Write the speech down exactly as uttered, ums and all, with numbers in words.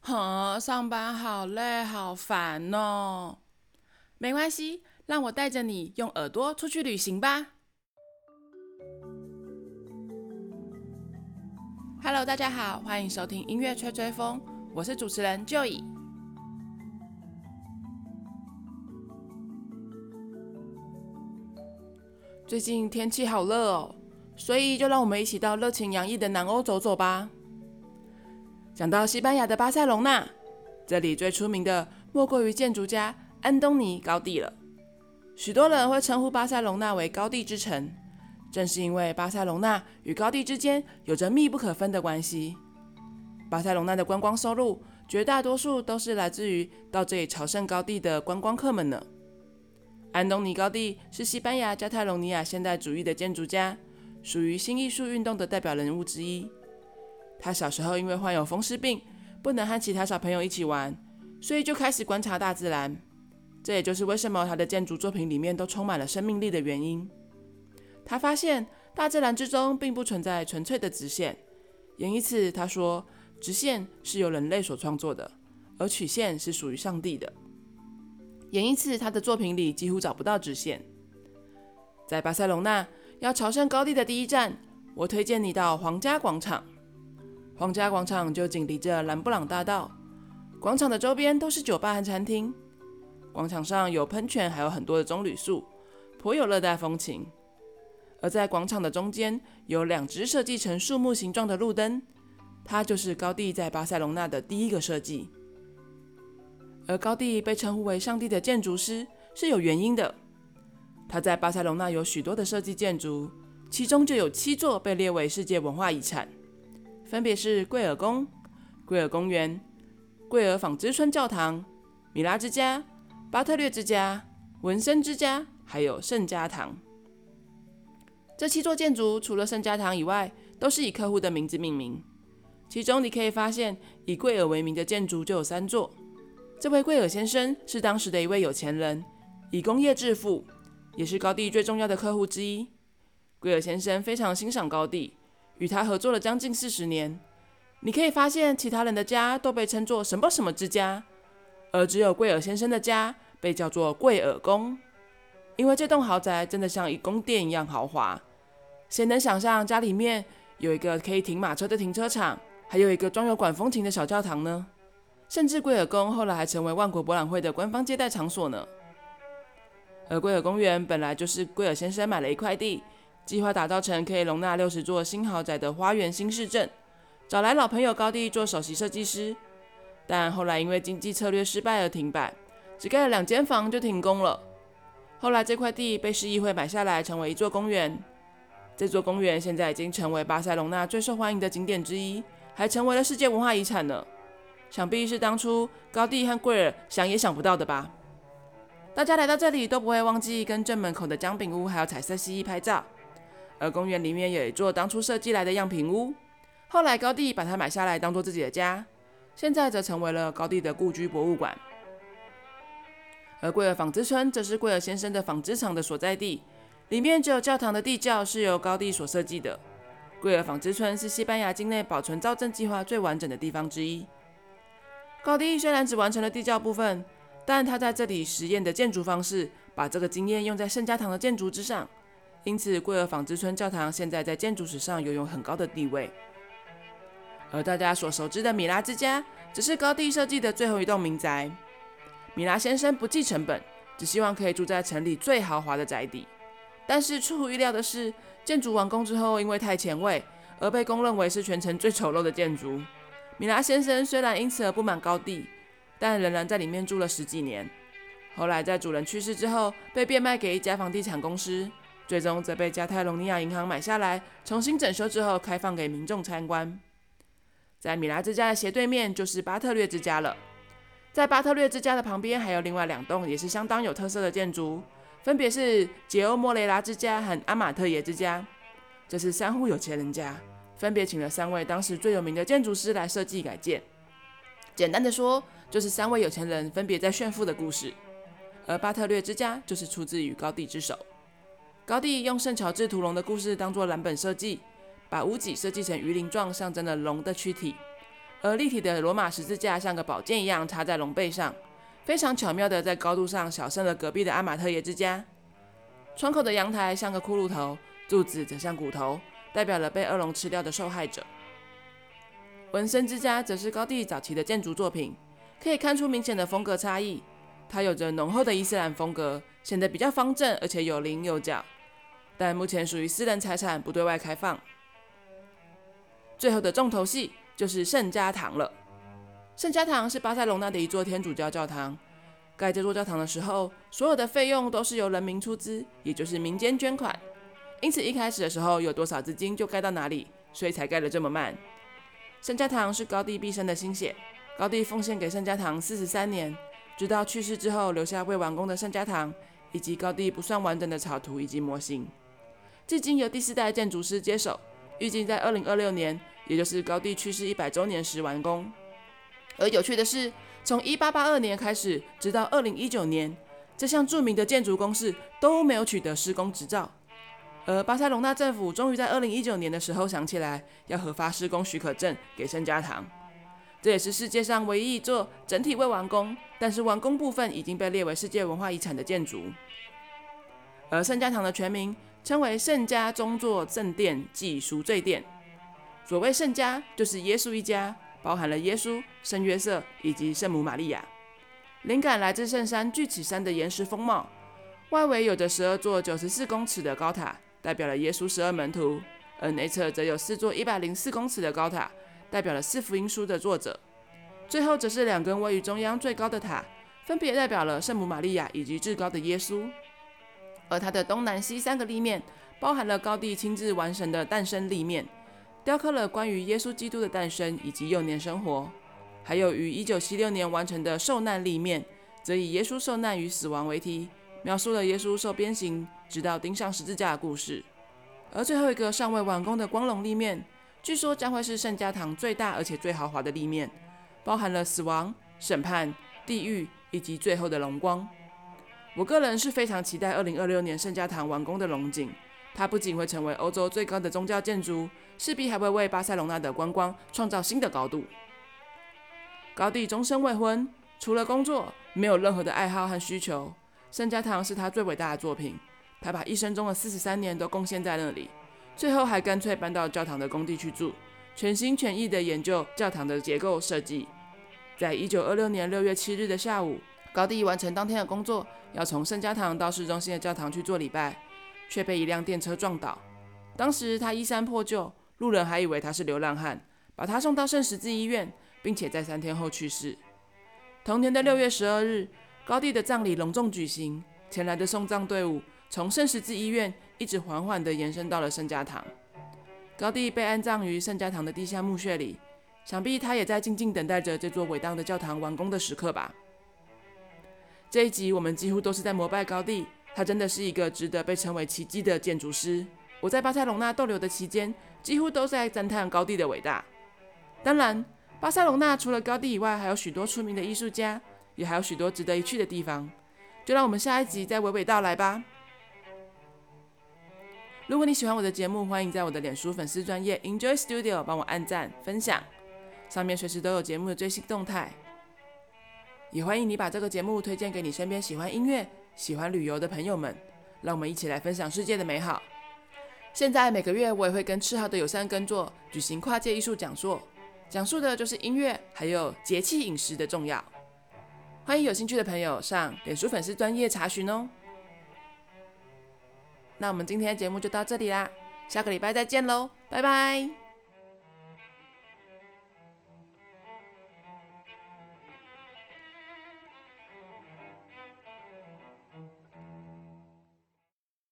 哼，上班好累好烦哦。没关系，让我带着你用耳朵出去旅行吧。Hello，大家好，欢迎收听音乐吹吹风，我是主持人 Joy。最近天气好热哦，所以就让我们一起到热情洋溢的南欧走走吧。讲到西班牙的巴塞隆纳，这里最出名的莫过于建筑家安东尼·高第了。许多人会称呼巴塞隆纳为高地之城，正是因为巴塞隆纳与高地之间有着密不可分的关系。巴塞隆纳的观光收入绝大多数都是来自于到这里朝圣高地的观光客们呢。安东尼·高第是西班牙加泰隆尼亚现代主义的建筑家，属于新艺术运动的代表人物之一。他小时候因为患有风湿病，不能和其他小朋友一起玩，所以就开始观察大自然。这也就是为什么他的建筑作品里面都充满了生命力的原因。他发现大自然之中并不存在纯粹的直线，也因此他说，直线是由人类所创作的，而曲线是属于上帝的。也因此他的作品里几乎找不到直线。在巴塞隆纳要朝圣高地的第一站，我推荐你到皇家广场。皇家广场就紧邻着兰布朗大道，广场的周边都是酒吧和餐厅。广场上有喷泉，还有很多的棕榈树，颇有热带风情。而在广场的中间有两只设计成树木形状的路灯，它就是高第在巴塞隆纳的第一个设计。而高第被称呼为上帝的建筑师是有原因的。他在巴塞隆纳有许多的设计建筑，其中就有七座被列为世界文化遗产，分别是贵尔宫、贵尔公园、贵尔纺织村教堂、米拉之家、巴特略之家、文森之家，还有圣家堂。这七座建筑除了圣家堂以外，都是以客户的名字命名。其中你可以发现，以贵尔为名的建筑就有三座。这位贵尔先生是当时的一位有钱人，以工业致富，也是高第最重要的客户之一。贵尔先生非常欣赏高第，与他合作了将近四十年。你可以发现，其他人的家都被称作什么什么之家，而只有贵尔先生的家被叫做贵尔宫，因为这栋豪宅真的像一宫殿一样豪华。谁能想象家里面有一个可以停马车的停车场，还有一个装有管风琴的小教堂呢？甚至贵尔宫后来还成为万国博览会的官方接待场所呢。而贵尔公园本来就是贵尔先生买了一块地，计划打造成可以容纳六十座新豪宅的花园新市镇，找来老朋友高第做首席设计师。但后来因为经济策略失败而停摆，只盖了两间房就停工了。后来这块地被市议会买下来，成为一座公园。这座公园现在已经成为巴塞隆纳最受欢迎的景点之一，还成为了世界文化遗产呢。想必是当初高第和贵尔想也想不到的吧。大家来到这里都不会忘记跟正门口的姜饼屋还有彩色蜥蜴拍照。而公园里面有一座当初设计来的样品屋，后来高第把它买下来当做自己的家，现在则成为了高第的故居博物馆。而贵尔纺织村则是贵尔先生的纺织厂的所在地，里面只有教堂的地窖是由高第所设计的。贵尔纺织村是西班牙境内保存造镇计划最完整的地方之一。高第虽然只完成了地窖部分，但他在这里实验的建筑方式，把这个经验用在圣家堂的建筑之上，因此贵尔纺织村教堂现在在建筑史上拥有很高的地位。而大家所熟知的米拉之家，只是高第设计的最后一栋民宅。米拉先生不计成本，只希望可以住在城里最豪华的宅邸。但是出乎意料的是，建筑完工之后，因为太前卫，而被公认为是全城最丑陋的建筑。米拉先生虽然因此而不满高第，但仍然在里面住了十几年。后来在主人去世之后，被变卖给一家房地产公司，最终则被加泰隆尼亚银行买下来，重新整修之后开放给民众参观。在米拉之家的斜对面就是巴特略之家了。在巴特略之家的旁边还有另外两栋也是相当有特色的建筑，分别是杰欧莫雷拉之家和阿马特耶之家。这是三户有钱人家，分别请了三位当时最有名的建筑师来设计改建。简单的说，就是三位有钱人分别在炫富的故事。而巴特略之家就是出自于高第之手。高第用圣乔治屠龙的故事当作蓝本设计，把屋脊设计成鱼鳞状，象征了龙的躯体。 而立体的罗马十字架像个宝剑一样插在龙背上，非常巧妙的在高度上小胜了隔壁的阿马特耶之家。窗口的阳台像个骷髅头，柱子则像骨头，代表了被恶龙吃掉的受害者。文森之家则是高第早期的建筑作品，可以看出明显的风格差异。它有着浓厚的伊斯兰风格，显得比较方正，而且有棱有角，但目前属于私人财产，不对外开放。最后的重头戏就是圣家堂了。圣家堂是巴塞隆纳的一座天主教教堂。盖这座教堂的时候，所有的费用都是由人民出资，也就是民间捐款。因此一开始的时候有多少资金就盖到哪里，所以才盖得这么慢。圣家堂是高第毕生的心血，高第奉献给圣家堂四十三年，直到去世之后留下未完工的圣家堂，以及高第不算完整的草图以及模型。至今由第四代建筑师接手，预计在二零二六年，也就是高第去世一百周年时完工。而有趣的是，从一八八二年开始，直到二零一九年，这项著名的建筑公司都没有取得施工执照。而巴塞隆纳政府终于在二零一九年的时候想起来，要核发施工许可证给圣家堂。这也是世界上唯一一座整体未完工，但是完工部分已经被列为世界文化遗产的建筑。而圣家堂的全名称为圣家宗座圣殿暨赎罪殿。所谓圣家，就是耶稣一家，包含了耶稣、圣约瑟以及圣母玛利亚。灵感来自圣山巨齿山的岩石风貌，外围有着十二座九十四公尺的高塔，代表了耶稣十二门徒，而内侧则有四座一百零四公尺的高塔，代表了四福音书的作者。最后则是两根位于中央最高的塔，分别代表了圣母玛利亚以及至高的耶稣。而它的东南西三个立面包含了高第亲自完成的诞生立面，雕刻了关于耶稣基督的诞生以及幼年生活。还有于一九七六年完成的受难立面，则以耶稣受难与死亡为题，描述了耶稣受鞭刑直到钉上十字架的故事。而最后一个尚未完工的光荣立面，据说将会是圣家堂最大而且最豪华的立面，包含了死亡、审判、地狱以及最后的荣光。我个人是非常期待二零二六年圣家堂完工的龙井，它不仅会成为欧洲最高的宗教建筑，势必还会为巴塞隆纳的观光创造新的高度。高第终身未婚，除了工作，没有任何的爱好和需求。圣家堂是他最伟大的作品，他把一生中的四十三年都贡献在那里，最后还干脆搬到教堂的工地去住，全心全意地研究教堂的结构设计。在一九二六年六月七日的下午，高第完成当天的工作，要从圣家堂到市中心的教堂去做礼拜，却被一辆电车撞倒。当时他衣衫破旧，路人还以为他是流浪汉，把他送到圣十字医院，并且在三天后去世。同年的六月十二日，高第的葬礼隆重举行，前来的送葬队伍从圣十字医院一直缓缓地延伸到了圣家堂。高第被安葬于圣家堂的地下墓穴里，想必他也在静静等待着这座伟大的教堂完工的时刻吧。这一集我们几乎都是在膜拜高第，他真的是一个值得被称为奇迹的建筑师。我在巴塞隆纳逗留的期间，几乎都在赞叹高第的伟大。当然，巴塞隆纳除了高第以外，还有许多出名的艺术家，也还有许多值得一去的地方。就让我们下一集再娓娓道来吧。如果你喜欢我的节目，欢迎在我的脸书粉丝专页 Enjoy Studio 帮我按赞分享，上面随时都有节目的最新动态。也欢迎你把这个节目推荐给你身边喜欢音乐、喜欢旅游的朋友们，让我们一起来分享世界的美好。现在每个月我也会跟赤豪的友善耕作举行跨界艺术讲座，讲述的就是音乐还有节气饮食的重要。欢迎有兴趣的朋友上脸书粉丝专页查询哦。那我们今天的节目就到这里啦，下个礼拜再见喽，拜拜。